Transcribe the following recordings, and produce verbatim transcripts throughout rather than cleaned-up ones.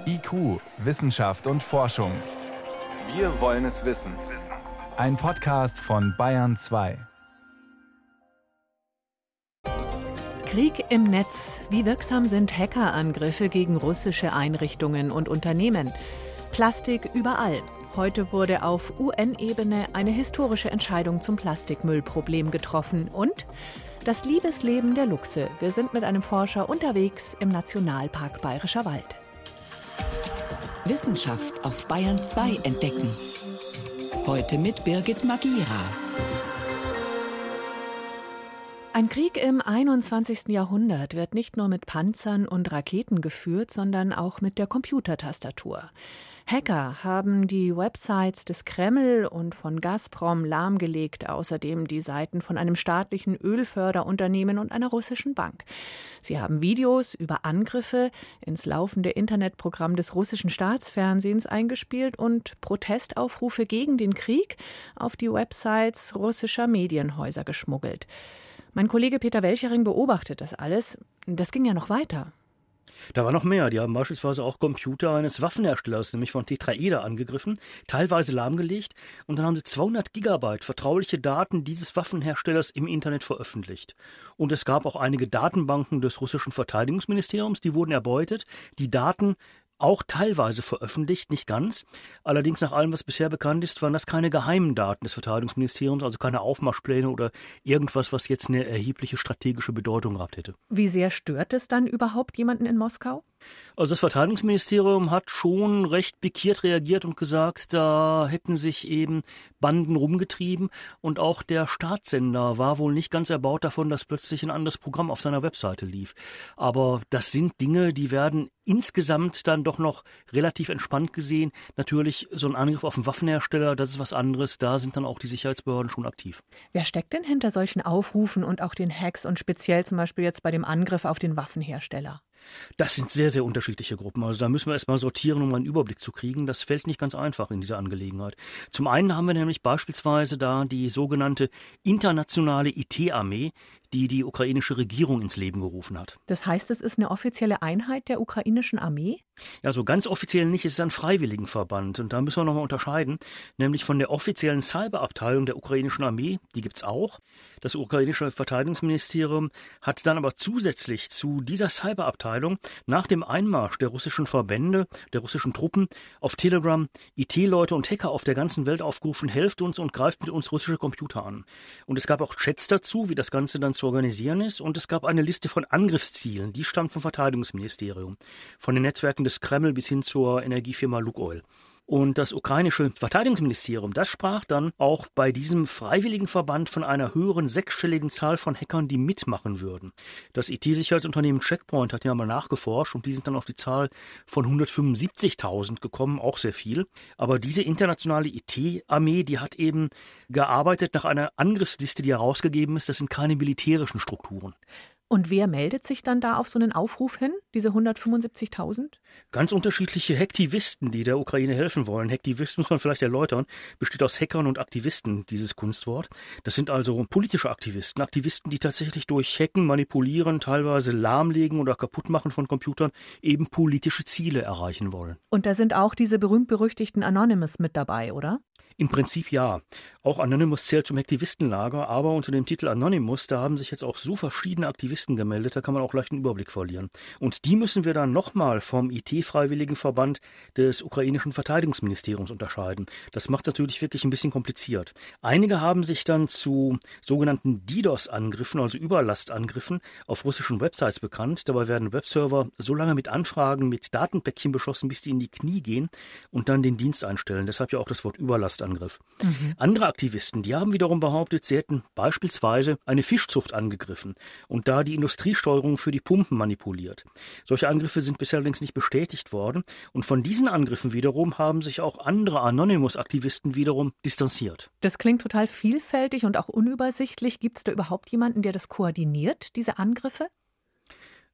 I Q, Wissenschaft und Forschung. Wir wollen es wissen. Ein Podcast von Bayern zwei. Krieg im Netz. Wie wirksam sind Hackerangriffe gegen russische Einrichtungen und Unternehmen? Plastik überall. Heute wurde auf U N-Ebene eine historische Entscheidung zum Plastikmüllproblem getroffen. Und das Liebesleben der Luchse. Wir sind mit einem Forscher unterwegs im Nationalpark Bayerischer Wald. Wissenschaft auf Bayern zwei entdecken. Heute mit Birgit Magira. Ein Krieg im einundzwanzigsten Jahrhundert wird nicht nur mit Panzern und Raketen geführt, sondern auch mit der Computertastatur. Hacker haben die Websites des Kreml und von Gazprom lahmgelegt, außerdem die Seiten von einem staatlichen Ölförderunternehmen und einer russischen Bank. Sie haben Videos über Angriffe ins laufende Internetprogramm des russischen Staatsfernsehens eingespielt und Protestaufrufe gegen den Krieg auf die Websites russischer Medienhäuser geschmuggelt. Mein Kollege Peter Welchering beobachtet das alles. Das ging ja noch weiter. Da war noch mehr. Die haben beispielsweise auch Computer eines Waffenherstellers, nämlich von Tetraeder, angegriffen, teilweise lahmgelegt, und dann haben sie zweihundert Gigabyte vertrauliche Daten dieses Waffenherstellers im Internet veröffentlicht. Und es gab auch einige Datenbanken des russischen Verteidigungsministeriums, die wurden erbeutet. Die Daten auch teilweise veröffentlicht, nicht ganz. Allerdings nach allem, was bisher bekannt ist, waren das keine geheimen Daten des Verteidigungsministeriums, also keine Aufmarschpläne oder irgendwas, was jetzt eine erhebliche strategische Bedeutung gehabt hätte. Wie sehr stört es dann überhaupt jemanden in Moskau? Also das Verteidigungsministerium hat schon recht pikiert reagiert und gesagt, da hätten sich eben Banden rumgetrieben, und auch der Staatssender war wohl nicht ganz erbaut davon, dass plötzlich ein anderes Programm auf seiner Webseite lief. Aber das sind Dinge, die werden insgesamt dann doch noch relativ entspannt gesehen. Natürlich, so ein Angriff auf einen Waffenhersteller, das ist was anderes, da sind dann auch die Sicherheitsbehörden schon aktiv. Wer steckt denn hinter solchen Aufrufen und auch den Hacks und speziell zum Beispiel jetzt bei dem Angriff auf den Waffenhersteller? Das sind sehr, sehr unterschiedliche Gruppen. Also da müssen wir erstmal sortieren, um einen Überblick zu kriegen. Das fällt nicht ganz einfach in dieser Angelegenheit. Zum einen haben wir nämlich beispielsweise da die sogenannte internationale I T-Armee, die die ukrainische Regierung ins Leben gerufen hat. Das heißt, es ist eine offizielle Einheit der ukrainischen Armee? Ja, so ganz offiziell nicht, es ist ein Freiwilligenverband. Und da müssen wir nochmal unterscheiden, nämlich von der offiziellen Cyberabteilung der ukrainischen Armee, die gibt's auch. Das ukrainische Verteidigungsministerium hat dann aber zusätzlich zu dieser Cyberabteilung nach dem Einmarsch der russischen Verbände, der russischen Truppen auf Telegram I T-Leute und Hacker auf der ganzen Welt aufgerufen, helft uns und greift mit uns russische Computer an. Und es gab auch Chats dazu, wie das Ganze dann zu organisieren ist, und es gab eine Liste von Angriffszielen, die stammt vom Verteidigungsministerium, von den Netzwerken des Kreml bis hin zur Energiefirma Lukoil. Und das ukrainische Verteidigungsministerium, das sprach dann auch bei diesem Freiwilligenverband von einer höheren sechsstelligen Zahl von Hackern, die mitmachen würden. Das I T-Sicherheitsunternehmen Checkpoint hat ja mal nachgeforscht, und die sind dann auf die Zahl von hundertfünfundsiebzigtausend gekommen, auch sehr viel. Aber diese internationale I T-Armee, die hat eben gearbeitet nach einer Angriffsliste, die herausgegeben ist. Das sind keine militärischen Strukturen. Und wer meldet sich dann da auf so einen Aufruf hin, diese hundertfünfundsiebzigtausend? Ganz unterschiedliche Hacktivisten, die der Ukraine helfen wollen. Hacktivist muss man vielleicht erläutern, besteht aus Hackern und Aktivisten, dieses Kunstwort. Das sind also politische Aktivisten, Aktivisten, die tatsächlich durch Hacken, Manipulieren, teilweise lahmlegen oder kaputtmachen von Computern eben politische Ziele erreichen wollen. Und da sind auch diese berühmt-berüchtigten Anonymous mit dabei, oder? Im Prinzip ja. Auch Anonymous zählt zum Hacktivistenlager, aber unter dem Titel Anonymous, da haben sich jetzt auch so verschiedene Aktivisten gemeldet, da kann man auch leicht einen Überblick verlieren. Und die müssen wir dann nochmal vom I T-Freiwilligenverband des ukrainischen Verteidigungsministeriums unterscheiden. Das macht es natürlich wirklich ein bisschen kompliziert. Einige haben sich dann zu sogenannten DDoS-Angriffen, also Überlastangriffen, auf russischen Websites bekannt. Dabei werden Webserver so lange mit Anfragen, mit Datenpäckchen beschossen, bis die in die Knie gehen und dann den Dienst einstellen. Deshalb ja auch das Wort Überlastangriff. Mhm. Andere Aktivisten, die haben wiederum behauptet, sie hätten beispielsweise eine Fischzucht angegriffen und da die Industriesteuerung für die Pumpen manipuliert. Solche Angriffe sind bisher allerdings nicht bestätigt worden, und von diesen Angriffen wiederum haben sich auch andere Anonymous-Aktivisten wiederum distanziert. Das klingt total vielfältig und auch unübersichtlich. Gibt es da überhaupt jemanden, der das koordiniert, diese Angriffe?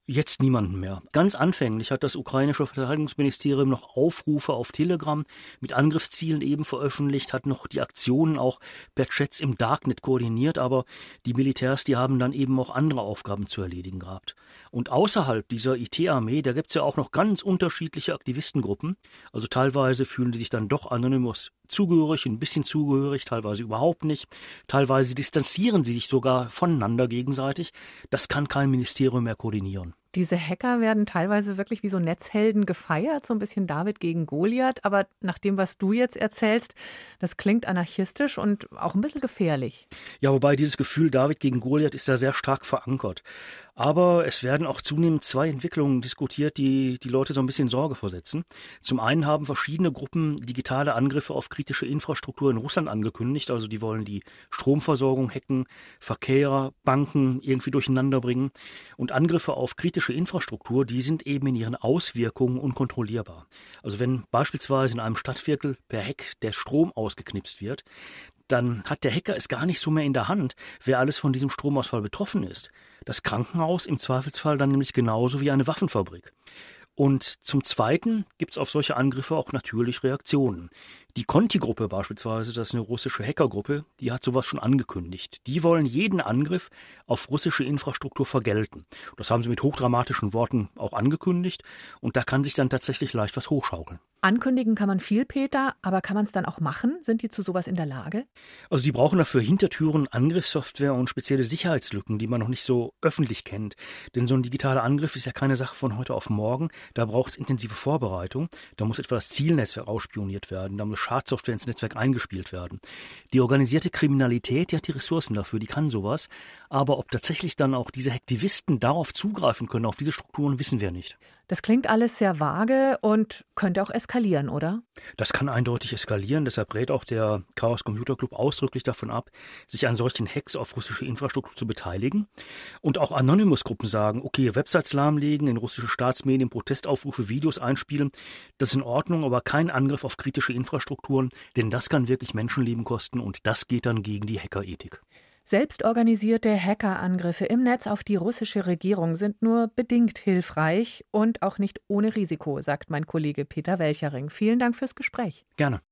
Jetzt niemanden mehr. Ganz anfänglich hat das ukrainische Verteidigungsministerium noch Aufrufe auf Telegram mit Angriffszielen eben veröffentlicht, hat noch die Aktionen auch per Chats im Darknet koordiniert, aber die Militärs, die haben dann eben auch andere Aufgaben zu erledigen gehabt. Und außerhalb dieser I T-Armee, da gibt es ja auch noch ganz unterschiedliche Aktivistengruppen. Also teilweise fühlen die sich dann doch Anonymous zugehörig, ein bisschen zugehörig, teilweise überhaupt nicht. Teilweise distanzieren sie sich sogar voneinander gegenseitig. Das kann kein Ministerium mehr koordinieren. Diese Hacker werden teilweise wirklich wie so Netzhelden gefeiert, so ein bisschen David gegen Goliath. Aber nach dem, was du jetzt erzählst, das klingt anarchistisch und auch ein bisschen gefährlich. Ja, wobei dieses Gefühl David gegen Goliath ist da sehr stark verankert. Aber es werden auch zunehmend zwei Entwicklungen diskutiert, die die Leute so ein bisschen Sorge vorsetzen. Zum einen haben verschiedene Gruppen digitale Angriffe auf kritische Infrastruktur in Russland angekündigt. Also die wollen die Stromversorgung hacken, Verkehr, Banken irgendwie durcheinander bringen. Und Angriffe auf kritische Infrastruktur, die sind eben in ihren Auswirkungen unkontrollierbar. Also wenn beispielsweise in einem Stadtviertel per Hack der Strom ausgeknipst wird, dann hat der Hacker es gar nicht so mehr in der Hand, wer alles von diesem Stromausfall betroffen ist. Das Krankenhaus im Zweifelsfall dann nämlich genauso wie eine Waffenfabrik. Und zum Zweiten gibt es auf solche Angriffe auch natürlich Reaktionen. Die Conti-Gruppe beispielsweise, das ist eine russische Hackergruppe, die hat sowas schon angekündigt. Die wollen jeden Angriff auf russische Infrastruktur vergelten. Das haben sie mit hochdramatischen Worten auch angekündigt und da kann sich dann tatsächlich leicht was hochschaukeln. Ankündigen kann man viel, Peter, aber kann man es dann auch machen? Sind die zu sowas in der Lage? Also die brauchen dafür Hintertüren, Angriffssoftware und spezielle Sicherheitslücken, die man noch nicht so öffentlich kennt. Denn so ein digitaler Angriff ist ja keine Sache von heute auf morgen. Da braucht es intensive Vorbereitung. Da muss etwa das Zielnetzwerk ausspioniert werden. Da muss Schadsoftware ins Netzwerk eingespielt werden. Die organisierte Kriminalität, die hat die Ressourcen dafür, die kann sowas. Aber ob tatsächlich dann auch diese Hacktivisten darauf zugreifen können, auf diese Strukturen, wissen wir nicht. Das klingt alles sehr vage und könnte auch eskalieren, oder? Das kann eindeutig eskalieren. Deshalb rät auch der Chaos Computer Club ausdrücklich davon ab, sich an solchen Hacks auf russische Infrastruktur zu beteiligen. Und auch Anonymous-Gruppen sagen, okay, Websites lahmlegen, in russische Staatsmedien Protestaufrufe, Videos einspielen, das ist in Ordnung, aber kein Angriff auf kritische Infrastrukturen, denn das kann wirklich Menschenleben kosten und das geht dann gegen die Hackerethik. Selbstorganisierte Hackerangriffe im Netz auf die russische Regierung sind nur bedingt hilfreich und auch nicht ohne Risiko, sagt mein Kollege Peter Welchering. Vielen Dank fürs Gespräch. Gerne.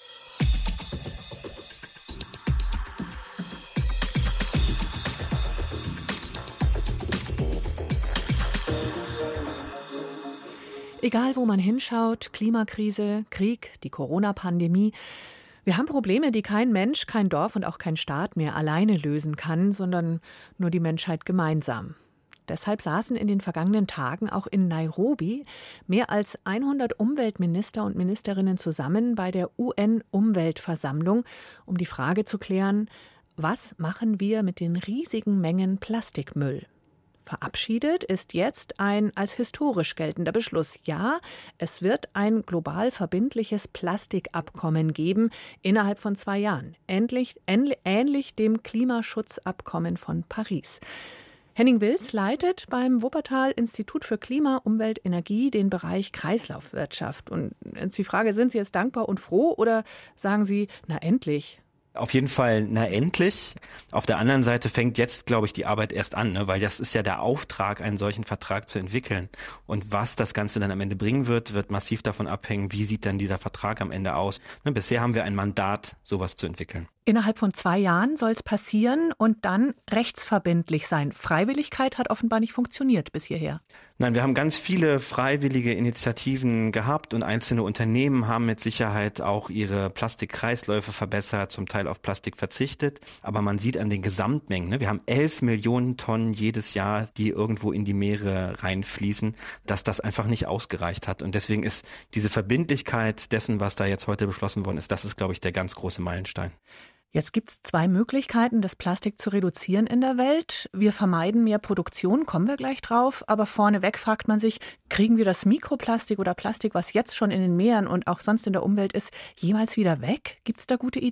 Egal, wo man hinschaut, Klimakrise, Krieg, die Corona-Pandemie. Wir haben Probleme, die kein Mensch, kein Dorf und auch kein Staat mehr alleine lösen kann, sondern nur die Menschheit gemeinsam. Deshalb saßen in den vergangenen Tagen auch in Nairobi mehr als hundert Umweltminister und Ministerinnen zusammen bei der U N-Umweltversammlung, um die Frage zu klären, was machen wir mit den riesigen Mengen Plastikmüll? Verabschiedet ist jetzt ein als historisch geltender Beschluss. Ja, es wird ein global verbindliches Plastikabkommen geben innerhalb von zwei Jahren. Ähnlich, ähnlich dem Klimaschutzabkommen von Paris. Henning Wills leitet beim Wuppertal-Institut für Klima, Umwelt, Energie den Bereich Kreislaufwirtschaft. Und jetzt die Frage, sind Sie jetzt dankbar und froh oder sagen Sie, na endlich? Auf jeden Fall, na endlich. Auf der anderen Seite fängt jetzt, glaube ich, die Arbeit erst an, ne? Weil das ist ja der Auftrag, einen solchen Vertrag zu entwickeln. Und was das Ganze dann am Ende bringen wird, wird massiv davon abhängen, wie sieht dann dieser Vertrag am Ende aus. Ne? Bisher haben wir ein Mandat, sowas zu entwickeln. Innerhalb von zwei Jahren soll es passieren und dann rechtsverbindlich sein. Freiwilligkeit hat offenbar nicht funktioniert bis hierher. Nein, wir haben ganz viele freiwillige Initiativen gehabt und einzelne Unternehmen haben mit Sicherheit auch ihre Plastikkreisläufe verbessert, zum Teil auf Plastik verzichtet. Aber man sieht an den Gesamtmengen, ne, wir haben elf Millionen Tonnen jedes Jahr, die irgendwo in die Meere reinfließen, dass das einfach nicht ausgereicht hat. Und deswegen ist diese Verbindlichkeit dessen, was da jetzt heute beschlossen worden ist, das ist, glaube ich, der ganz große Meilenstein. Jetzt gibt es zwei Möglichkeiten, das Plastik zu reduzieren in der Welt. Wir vermeiden mehr Produktion, kommen wir gleich drauf. Aber vorneweg fragt man sich, kriegen wir das Mikroplastik oder Plastik, was jetzt schon in den Meeren und auch sonst in der Umwelt ist, jemals wieder weg? Gibt es da gute Ideen?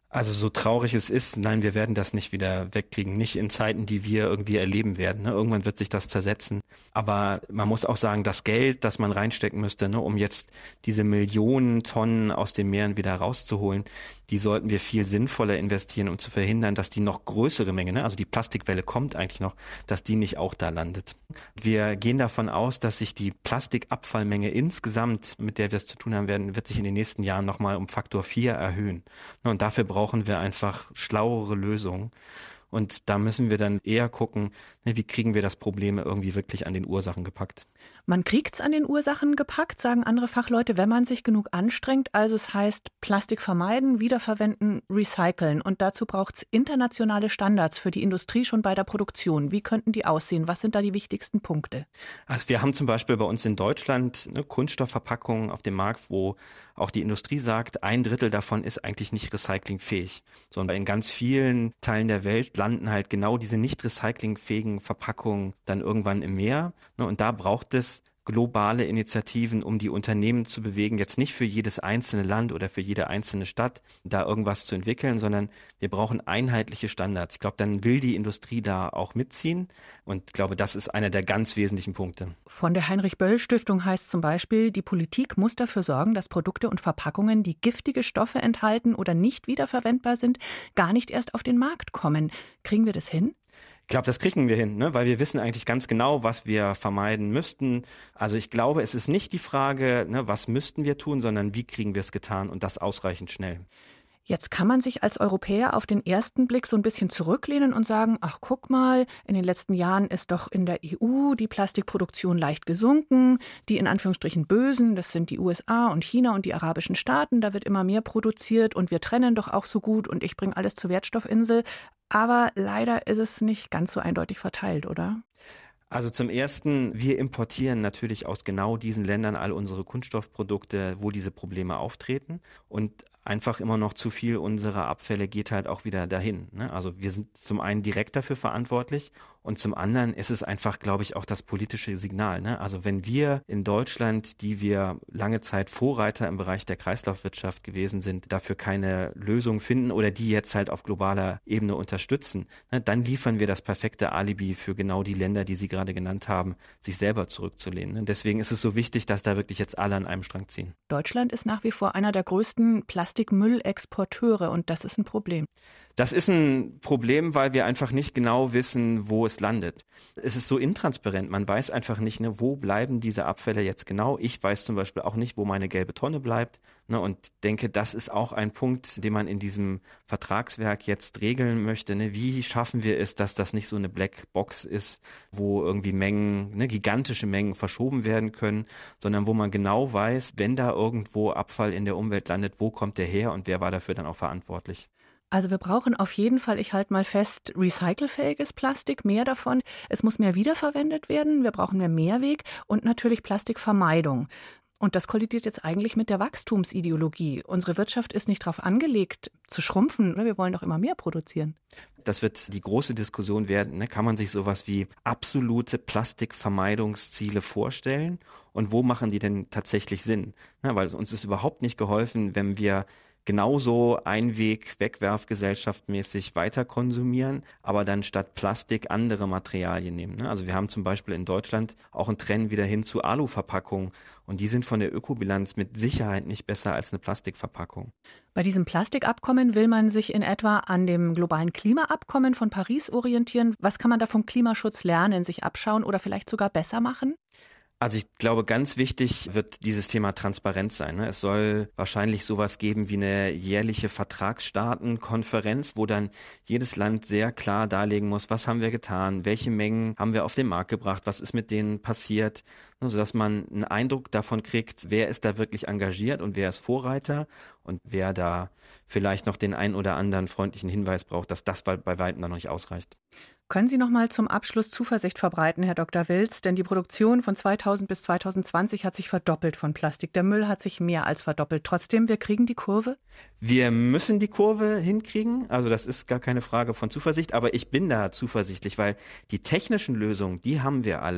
Also so traurig es ist, nein, wir werden das nicht wieder wegkriegen, nicht in Zeiten, die wir irgendwie erleben werden. Ne? Irgendwann wird sich das zersetzen. Aber man muss auch sagen, das Geld, das man reinstecken müsste, ne, um jetzt diese Millionen Tonnen aus den Meeren wieder rauszuholen, die sollten wir viel sinnvoller investieren, um zu verhindern, dass die noch größere Menge, ne, also die Plastikwelle kommt eigentlich noch, dass die nicht auch da landet. Wir gehen davon aus, dass sich die Plastikabfallmenge insgesamt, mit der wir es zu tun haben werden, wird sich in den nächsten Jahren nochmal um Faktor vier erhöhen. Und dafür brauchen wir einfach schlauere Lösungen. Und da müssen wir dann eher gucken, ne, wie kriegen wir das Problem irgendwie wirklich an den Ursachen gepackt. Man kriegt's an den Ursachen gepackt, sagen andere Fachleute, wenn man sich genug anstrengt. Also es heißt Plastik vermeiden, wiederverwenden, recyceln. Und dazu braucht's internationale Standards für die Industrie schon bei der Produktion. Wie könnten die aussehen? Was sind da die wichtigsten Punkte? Also wir haben zum Beispiel bei uns in Deutschland ne, Kunststoffverpackungen auf dem Markt, wo auch die Industrie sagt, ein Drittel davon ist eigentlich nicht recyclingfähig. Sondern in ganz vielen Teilen der Welt landen halt genau diese nicht recyclingfähigen Verpackungen dann irgendwann im Meer. Und da braucht es globale Initiativen, um die Unternehmen zu bewegen, jetzt nicht für jedes einzelne Land oder für jede einzelne Stadt da irgendwas zu entwickeln, sondern wir brauchen einheitliche Standards. Ich glaube, dann will die Industrie da auch mitziehen und ich glaube, das ist einer der ganz wesentlichen Punkte. Von der Heinrich-Böll-Stiftung heißt zum Beispiel, die Politik muss dafür sorgen, dass Produkte und Verpackungen, die giftige Stoffe enthalten oder nicht wiederverwendbar sind, gar nicht erst auf den Markt kommen. Kriegen wir das hin? Ich glaube, das kriegen wir hin, ne? Weil wir wissen eigentlich ganz genau, was wir vermeiden müssten. Also ich glaube, es ist nicht die Frage, ne, was müssten wir tun, sondern wie kriegen wir es getan und das ausreichend schnell. Jetzt kann man sich als Europäer auf den ersten Blick so ein bisschen zurücklehnen und sagen, ach guck mal, in den letzten Jahren ist doch in der E U die Plastikproduktion leicht gesunken. Die in Anführungsstrichen Bösen, das sind die U S A und China und die arabischen Staaten, da wird immer mehr produziert und wir trennen doch auch so gut und ich bringe alles zur Wertstoffinsel. Aber leider ist es nicht ganz so eindeutig verteilt, oder? Also zum Ersten, wir importieren natürlich aus genau diesen Ländern all unsere Kunststoffprodukte, wo diese Probleme auftreten und einfach immer noch zu viel unserer Abfälle geht halt auch wieder dahin. Ne? Also wir sind zum einen direkt dafür verantwortlich und zum anderen ist es einfach, glaube ich, auch das politische Signal. Ne? Also wenn wir in Deutschland, die wir lange Zeit Vorreiter im Bereich der Kreislaufwirtschaft gewesen sind, dafür keine Lösung finden oder die jetzt halt auf globaler Ebene unterstützen, ne, dann liefern wir das perfekte Alibi für genau die Länder, die Sie gerade genannt haben, sich selber zurückzulehnen. Ne? Deswegen ist es so wichtig, dass da wirklich jetzt alle an einem Strang ziehen. Deutschland ist nach wie vor einer der größten Plastikmüllexporteure und das ist ein Problem. Das ist ein Problem, weil wir einfach nicht genau wissen, wo es landet. Es ist so intransparent. Man weiß einfach nicht, ne, wo bleiben diese Abfälle jetzt genau. Ich weiß zum Beispiel auch nicht, wo meine gelbe Tonne bleibt. Ne, und denke, das ist auch ein Punkt, den man in diesem Vertragswerk jetzt regeln möchte. Ne. Wie schaffen wir es, dass das nicht so eine Blackbox ist, wo irgendwie Mengen, ne, gigantische Mengen verschoben werden können, sondern wo man genau weiß, wenn da irgendwo Abfall in der Umwelt landet, wo kommt der her und wer war dafür dann auch verantwortlich? Also wir brauchen auf jeden Fall, ich halte mal fest, recycelfähiges Plastik, mehr davon. Es muss mehr wiederverwendet werden, wir brauchen mehr Mehrweg und natürlich Plastikvermeidung. Und das kollidiert jetzt eigentlich mit der Wachstumsideologie. Unsere Wirtschaft ist nicht darauf angelegt, zu schrumpfen, oder? Wir wollen doch immer mehr produzieren. Das wird die große Diskussion werden. Ne? Kann man sich sowas wie absolute Plastikvermeidungsziele vorstellen? Und wo machen die denn tatsächlich Sinn? Na, weil uns ist überhaupt nicht geholfen, wenn wir genauso Einweg-, Wegwerfgesellschaftmäßig weiter konsumieren, aber dann statt Plastik andere Materialien nehmen. Also wir haben zum Beispiel in Deutschland auch einen Trend wieder hin zu Aluverpackungen und die sind von der Ökobilanz mit Sicherheit nicht besser als eine Plastikverpackung. Bei diesem Plastikabkommen will man sich in etwa an dem globalen Klimaabkommen von Paris orientieren. Was kann man da vom Klimaschutz lernen, sich abschauen oder vielleicht sogar besser machen? Also ich glaube, ganz wichtig wird dieses Thema Transparenz sein. Ne? Es soll wahrscheinlich sowas geben wie eine jährliche Vertragsstaatenkonferenz, wo dann jedes Land sehr klar darlegen muss, was haben wir getan, welche Mengen haben wir auf den Markt gebracht, was ist mit denen passiert, ne? Sodass man einen Eindruck davon kriegt, wer ist da wirklich engagiert und wer ist Vorreiter und wer da vielleicht noch den ein oder anderen freundlichen Hinweis braucht, dass das bei weitem noch nicht ausreicht. Können Sie noch mal zum Abschluss Zuversicht verbreiten, Herr Doktor Wilz? Denn die Produktion von zweitausend bis zweitausendzwanzig hat sich verdoppelt von Plastik. Der Müll hat sich mehr als verdoppelt. Trotzdem, wir kriegen die Kurve? Wir müssen die Kurve hinkriegen. Also das ist gar keine Frage von Zuversicht. Aber ich bin da zuversichtlich, weil die technischen Lösungen, die haben wir alle.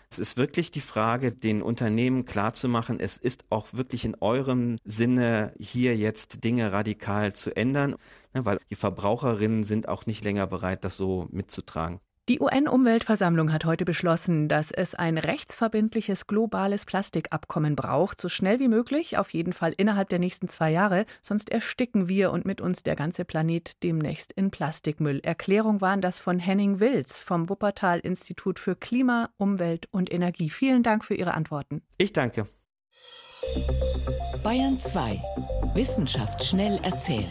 Es ist wirklich die Frage, den Unternehmen klarzumachen, es ist auch wirklich in eurem Sinne, hier jetzt Dinge radikal zu ändern, weil die Verbraucherinnen sind auch nicht länger bereit, das so mitzutragen. Die U N-Umweltversammlung hat heute beschlossen, dass es ein rechtsverbindliches globales Plastikabkommen braucht, so schnell wie möglich, auf jeden Fall innerhalb der nächsten zwei Jahre, sonst ersticken wir und mit uns der ganze Planet demnächst in Plastikmüll. Erklärung waren das von Henning Wilz vom Wuppertal-Institut für Klima, Umwelt und Energie. Vielen Dank für Ihre Antworten. Ich danke. Bayern zwei. Wissenschaft schnell erzählt.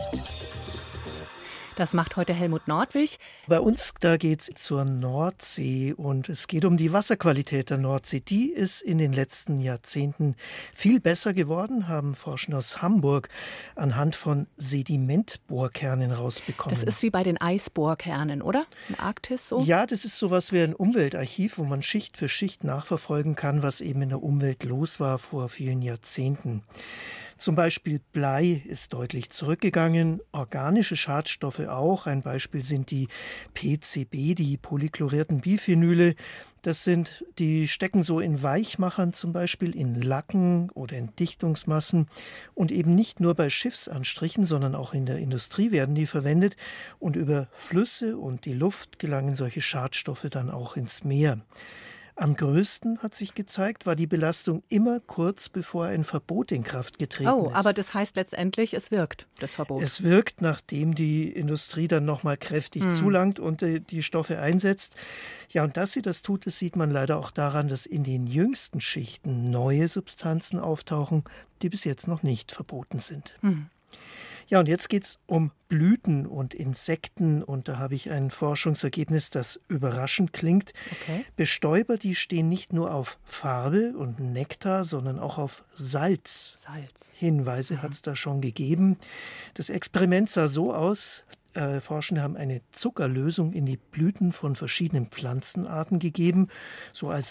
Das macht heute Helmut Nordwig. Bei uns, da geht es zur Nordsee und es geht um die Wasserqualität der Nordsee. Die ist in den letzten Jahrzehnten viel besser geworden, haben Forscher aus Hamburg anhand von Sedimentbohrkernen rausbekommen. Das ist wie bei den Eisbohrkernen, oder? In Arktis so? Ja, das ist sowas wie ein Umweltarchiv, wo man Schicht für Schicht nachverfolgen kann, was eben in der Umwelt los war vor vielen Jahrzehnten. Zum Beispiel Blei ist deutlich zurückgegangen, organische Schadstoffe auch. Ein Beispiel sind die P C B, die polychlorierten Biphenyle. Das sind, die stecken so in Weichmachern, zum Beispiel in Lacken oder in Dichtungsmassen. Und eben nicht nur bei Schiffsanstrichen, sondern auch in der Industrie werden die verwendet. Und über Flüsse und die Luft gelangen solche Schadstoffe dann auch ins Meer. Am größten, hat sich gezeigt, war die Belastung immer kurz bevor ein Verbot in Kraft getreten oh, ist. Aber das heißt letztendlich, es wirkt, das Verbot. Es wirkt, nachdem die Industrie dann nochmal kräftig hm. zulangt und äh, die Stoffe einsetzt. Ja, und dass sie das tut, das sieht man leider auch daran, dass in den jüngsten Schichten neue Substanzen auftauchen, die bis jetzt noch nicht verboten sind. Hm. Ja, und jetzt geht's um Blüten und Insekten und da habe ich ein Forschungsergebnis, das überraschend klingt. Okay. Bestäuber, die stehen nicht nur auf Farbe und Nektar, sondern auch auf Salz. Salz. Hinweise mhm. hat es da schon gegeben. Das Experiment sah so aus: Äh, Forschende haben eine Zuckerlösung in die Blüten von verschiedenen Pflanzenarten gegeben, so als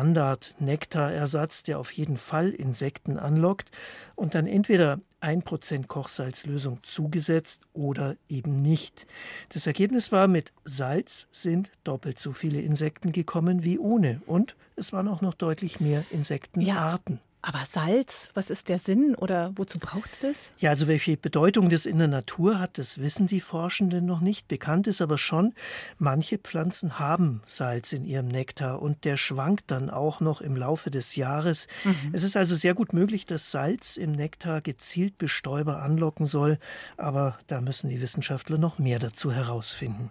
Standard-Nektarersatz, der auf jeden Fall Insekten anlockt, und dann entweder ein Prozent Kochsalzlösung zugesetzt oder eben nicht. Das Ergebnis war, mit Salz sind doppelt so viele Insekten gekommen wie ohne, und es waren auch noch deutlich mehr Insektenarten. Ja. Aber Salz, was ist der Sinn oder wozu braucht es das? Ja, also welche Bedeutung das in der Natur hat, das wissen die Forschenden noch nicht. Bekannt ist aber schon, manche Pflanzen haben Salz in ihrem Nektar und der schwankt dann auch noch im Laufe des Jahres. Mhm. Es ist also sehr gut möglich, dass Salz im Nektar gezielt Bestäuber anlocken soll, aber da müssen die Wissenschaftler noch mehr dazu herausfinden.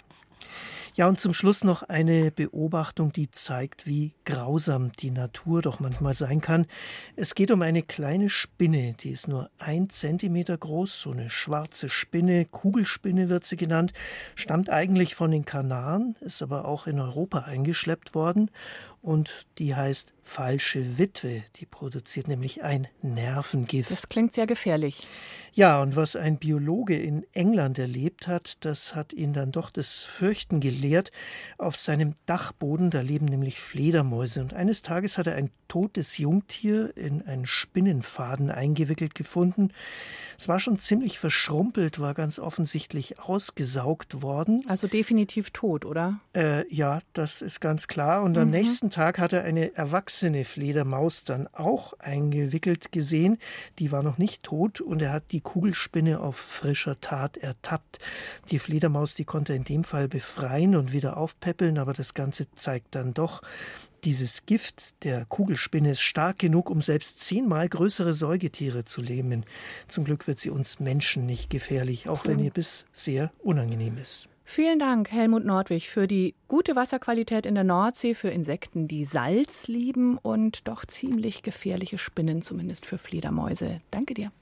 Ja, und zum Schluss noch eine Beobachtung, die zeigt, wie grausam die Natur doch manchmal sein kann. Es geht um eine kleine Spinne, die ist nur ein Zentimeter groß, so eine schwarze Spinne, Kugelspinne wird sie genannt, stammt eigentlich von den Kanaren, ist aber auch in Europa eingeschleppt worden und die heißt falsche Witwe. Die produziert nämlich ein Nervengift. Das klingt sehr gefährlich. Ja, und was ein Biologe in England erlebt hat, das hat ihn dann doch das Fürchten gelehrt. Auf seinem Dachboden, da leben nämlich Fledermäuse. Und eines Tages hat er ein totes Jungtier in einen Spinnenfaden eingewickelt gefunden. Es war schon ziemlich verschrumpelt, war ganz offensichtlich ausgesaugt worden. Also definitiv tot, oder? Äh, ja, das ist ganz klar. Und mhm. am nächsten Tag hat er eine erwachsene Fledermaus dann auch eingewickelt gesehen. Die war noch nicht tot und er hat die Kugelspinne auf frischer Tat ertappt. Die Fledermaus, die konnte er in dem Fall befreien und wieder aufpäppeln, aber das Ganze zeigt dann doch, dieses Gift der Kugelspinne ist stark genug, um selbst zehnmal größere Säugetiere zu lähmen. Zum Glück wird sie uns Menschen nicht gefährlich, auch wenn ihr Biss sehr unangenehm ist. Vielen Dank, Helmut Nordwig, für die gute Wasserqualität in der Nordsee, für Insekten, die Salz lieben und doch ziemlich gefährliche Spinnen, zumindest für Fledermäuse. Danke dir.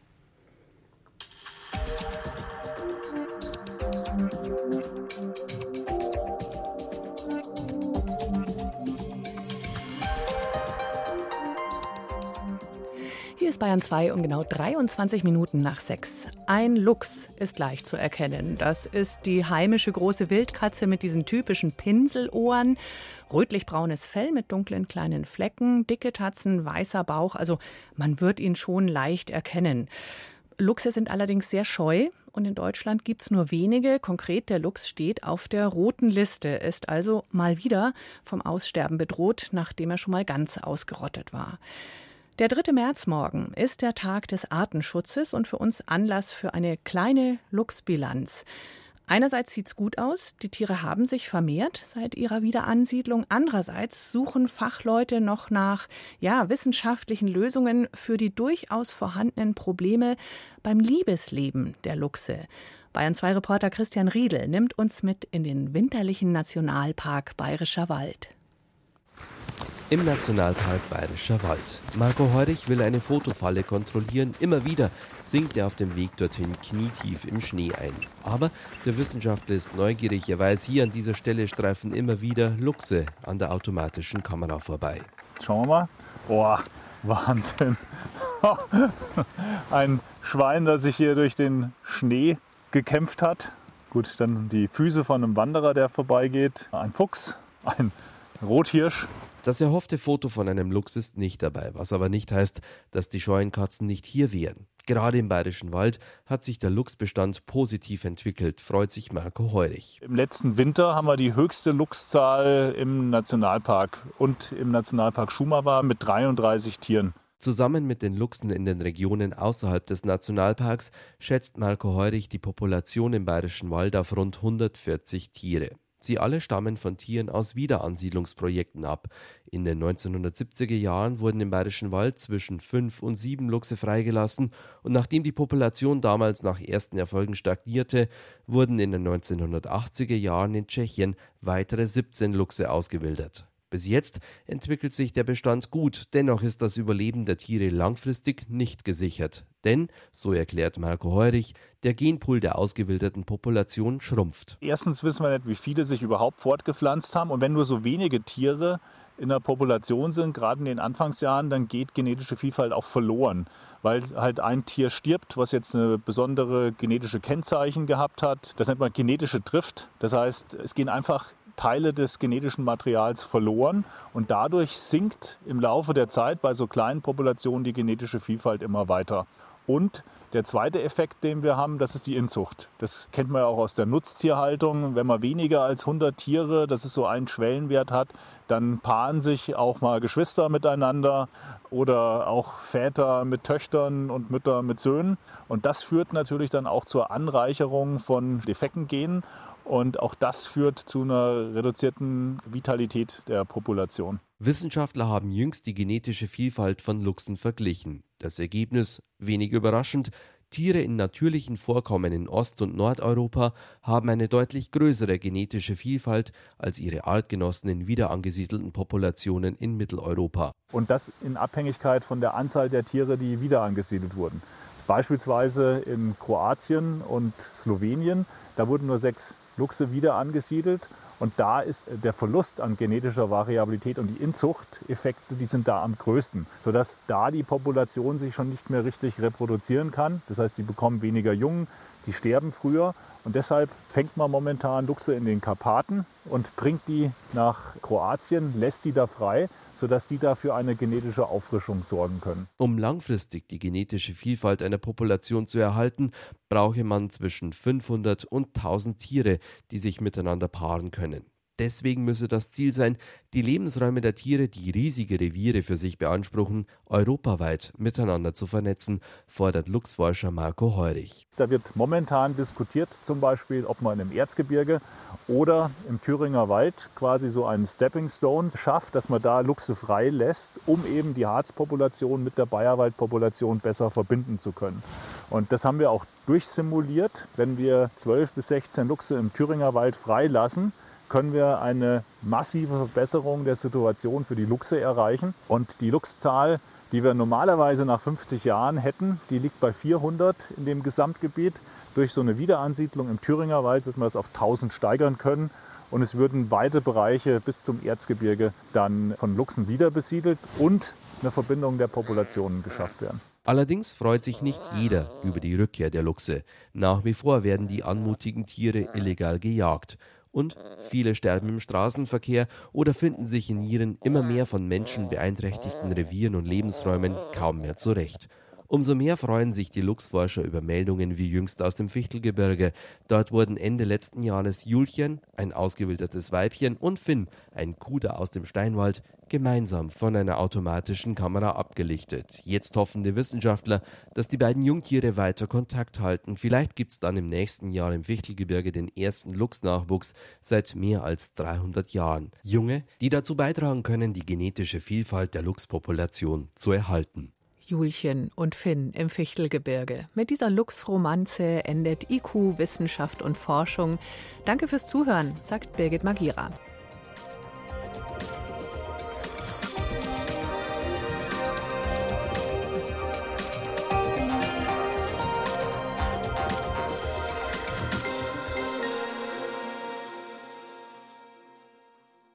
Hier ist Bayern zwei um genau dreiundzwanzig Minuten nach sechs. Ein Luchs ist leicht zu erkennen. Das ist die heimische große Wildkatze mit diesen typischen Pinselohren, rötlich-braunes Fell mit dunklen kleinen Flecken, dicke Tatzen, weißer Bauch. Also man wird ihn schon leicht erkennen. Luchse sind allerdings sehr scheu und in Deutschland gibt es nur wenige. Konkret, der Luchs steht auf der roten Liste, ist also mal wieder vom Aussterben bedroht, nachdem er schon mal ganz ausgerottet war. Der dritte Märzmorgen ist der Tag des Artenschutzes und für uns Anlass für eine kleine Luchsbilanz. Einerseits sieht es gut aus, die Tiere haben sich vermehrt seit ihrer Wiederansiedlung. Andererseits suchen Fachleute noch nach ja, wissenschaftlichen Lösungen für die durchaus vorhandenen Probleme beim Liebesleben der Luchse. Bayern zwei Reporter Christian Riedel nimmt uns mit in den winterlichen Nationalpark Bayerischer Wald. Im Nationalpark Bayerischer Wald. Marco Heurich will eine Fotofalle kontrollieren. Immer wieder sinkt er auf dem Weg dorthin knietief im Schnee ein. Aber der Wissenschaftler ist neugierig. Er weiß, hier an dieser Stelle streifen immer wieder Luchse an der automatischen Kamera vorbei. Schauen wir mal. Boah, Wahnsinn. Ein Schwein, das sich hier durch den Schnee gekämpft hat. Gut, dann die Füße von einem Wanderer, der vorbeigeht. Ein Fuchs, ein Rothirsch. Das erhoffte Foto von einem Luchs ist nicht dabei, was aber nicht heißt, dass die scheuen Katzen nicht hier wären. Gerade im Bayerischen Wald hat sich der Luchsbestand positiv entwickelt, freut sich Marco Heurich. Im letzten Winter haben wir die höchste Luchszahl im Nationalpark und im Nationalpark Schumava mit dreiunddreißig Tieren. Zusammen mit den Luchsen in den Regionen außerhalb des Nationalparks schätzt Marco Heurich die Population im Bayerischen Wald auf rund hundertvierzig Tiere. Sie alle stammen von Tieren aus Wiederansiedlungsprojekten ab. In den neunzehnhundertsiebziger Jahren wurden im Bayerischen Wald zwischen fünf und sieben Luchse freigelassen und nachdem die Population damals nach ersten Erfolgen stagnierte, wurden in den neunzehnhundertachtziger Jahren in Tschechien weitere siebzehn Luchse ausgewildert. Bis jetzt entwickelt sich der Bestand gut, dennoch ist das Überleben der Tiere langfristig nicht gesichert. Denn, so erklärt Marco Heurich, der Genpool der ausgewilderten Population schrumpft. Erstens wissen wir nicht, wie viele sich überhaupt fortgepflanzt haben. Und wenn nur so wenige Tiere in der Population sind, gerade in den Anfangsjahren, dann geht genetische Vielfalt auch verloren. Weil halt ein Tier stirbt, was jetzt eine besondere genetische Kennzeichen gehabt hat. Das nennt man genetische Drift. Das heißt, es gehen einfach Teile des genetischen Materials verloren und dadurch sinkt im Laufe der Zeit bei so kleinen Populationen die genetische Vielfalt immer weiter. Und der zweite Effekt, den wir haben, das ist die Inzucht. Das kennt man ja auch aus der Nutztierhaltung. Wenn man weniger als hundert Tiere, das ist so einen Schwellenwert hat, dann paaren sich auch mal Geschwister miteinander oder auch Väter mit Töchtern und Mütter mit Söhnen. Und das führt natürlich dann auch zur Anreicherung von defekten Genen. Und auch das führt zu einer reduzierten Vitalität der Population. Wissenschaftler haben jüngst die genetische Vielfalt von Luchsen verglichen. Das Ergebnis, wenig überraschend, Tiere in natürlichen Vorkommen in Ost- und Nordeuropa haben eine deutlich größere genetische Vielfalt als ihre Artgenossen in wiederangesiedelten Populationen in Mitteleuropa. Und das in Abhängigkeit von der Anzahl der Tiere, die wiederangesiedelt wurden. Beispielsweise in Kroatien und Slowenien, da wurden nur sechs Luchse wieder angesiedelt und da ist der Verlust an genetischer Variabilität und die Inzuchteffekte, die sind da am größten, sodass da die Population sich schon nicht mehr richtig reproduzieren kann. Das heißt, die bekommen weniger Jungen, die sterben früher und deshalb fängt man momentan Luchse in den Karpaten und bringt die nach Kroatien, lässt die da frei, sodass die dafür eine genetische Auffrischung sorgen können. Um langfristig die genetische Vielfalt einer Population zu erhalten, brauche man zwischen fünfhundert und tausend Tiere, die sich miteinander paaren können. Deswegen müsse das Ziel sein, die Lebensräume der Tiere, die riesige Reviere für sich beanspruchen, europaweit miteinander zu vernetzen, fordert Luchsforscher Marco Heurich. Da wird momentan diskutiert, zum Beispiel, ob man im Erzgebirge oder im Thüringer Wald quasi so einen Stepping Stone schafft, dass man da Luchse frei lässt, um eben die Harzpopulation mit der Bayerwaldpopulation besser verbinden zu können. Und das haben wir auch durchsimuliert. Wenn wir zwölf bis sechzehn Luchse im Thüringer Wald freilassen, können wir eine massive Verbesserung der Situation für die Luchse erreichen. Und die Luchszahl, die wir normalerweise nach fünfzig Jahren hätten, die liegt bei vierhundert in dem Gesamtgebiet. Durch so eine Wiederansiedlung im Thüringer Wald wird man das auf tausend steigern können. Und es würden weite Bereiche bis zum Erzgebirge dann von Luchsen wieder besiedelt und eine Verbindung der Populationen geschafft werden. Allerdings freut sich nicht jeder über die Rückkehr der Luchse. Nach wie vor werden die anmutigen Tiere illegal gejagt. Und viele sterben im Straßenverkehr oder finden sich in ihren immer mehr von Menschen beeinträchtigten Revieren und Lebensräumen kaum mehr zurecht. Umso mehr freuen sich die Luchsforscher über Meldungen wie jüngst aus dem Fichtelgebirge. Dort wurden Ende letzten Jahres Julchen, ein ausgewildertes Weibchen, und Finn, ein Kuder aus dem Steinwald, gemeinsam von einer automatischen Kamera abgelichtet. Jetzt hoffen die Wissenschaftler, dass die beiden Jungtiere weiter Kontakt halten. Vielleicht gibt es dann im nächsten Jahr im Fichtelgebirge den ersten Luchsnachwuchs seit mehr als dreihundert Jahren. Junge, die dazu beitragen können, die genetische Vielfalt der Luchspopulation zu erhalten. Julchen und Finn im Fichtelgebirge. Mit dieser Luchsromanze endet I Q, Wissenschaft und Forschung. Danke fürs Zuhören, sagt Birgit Magira.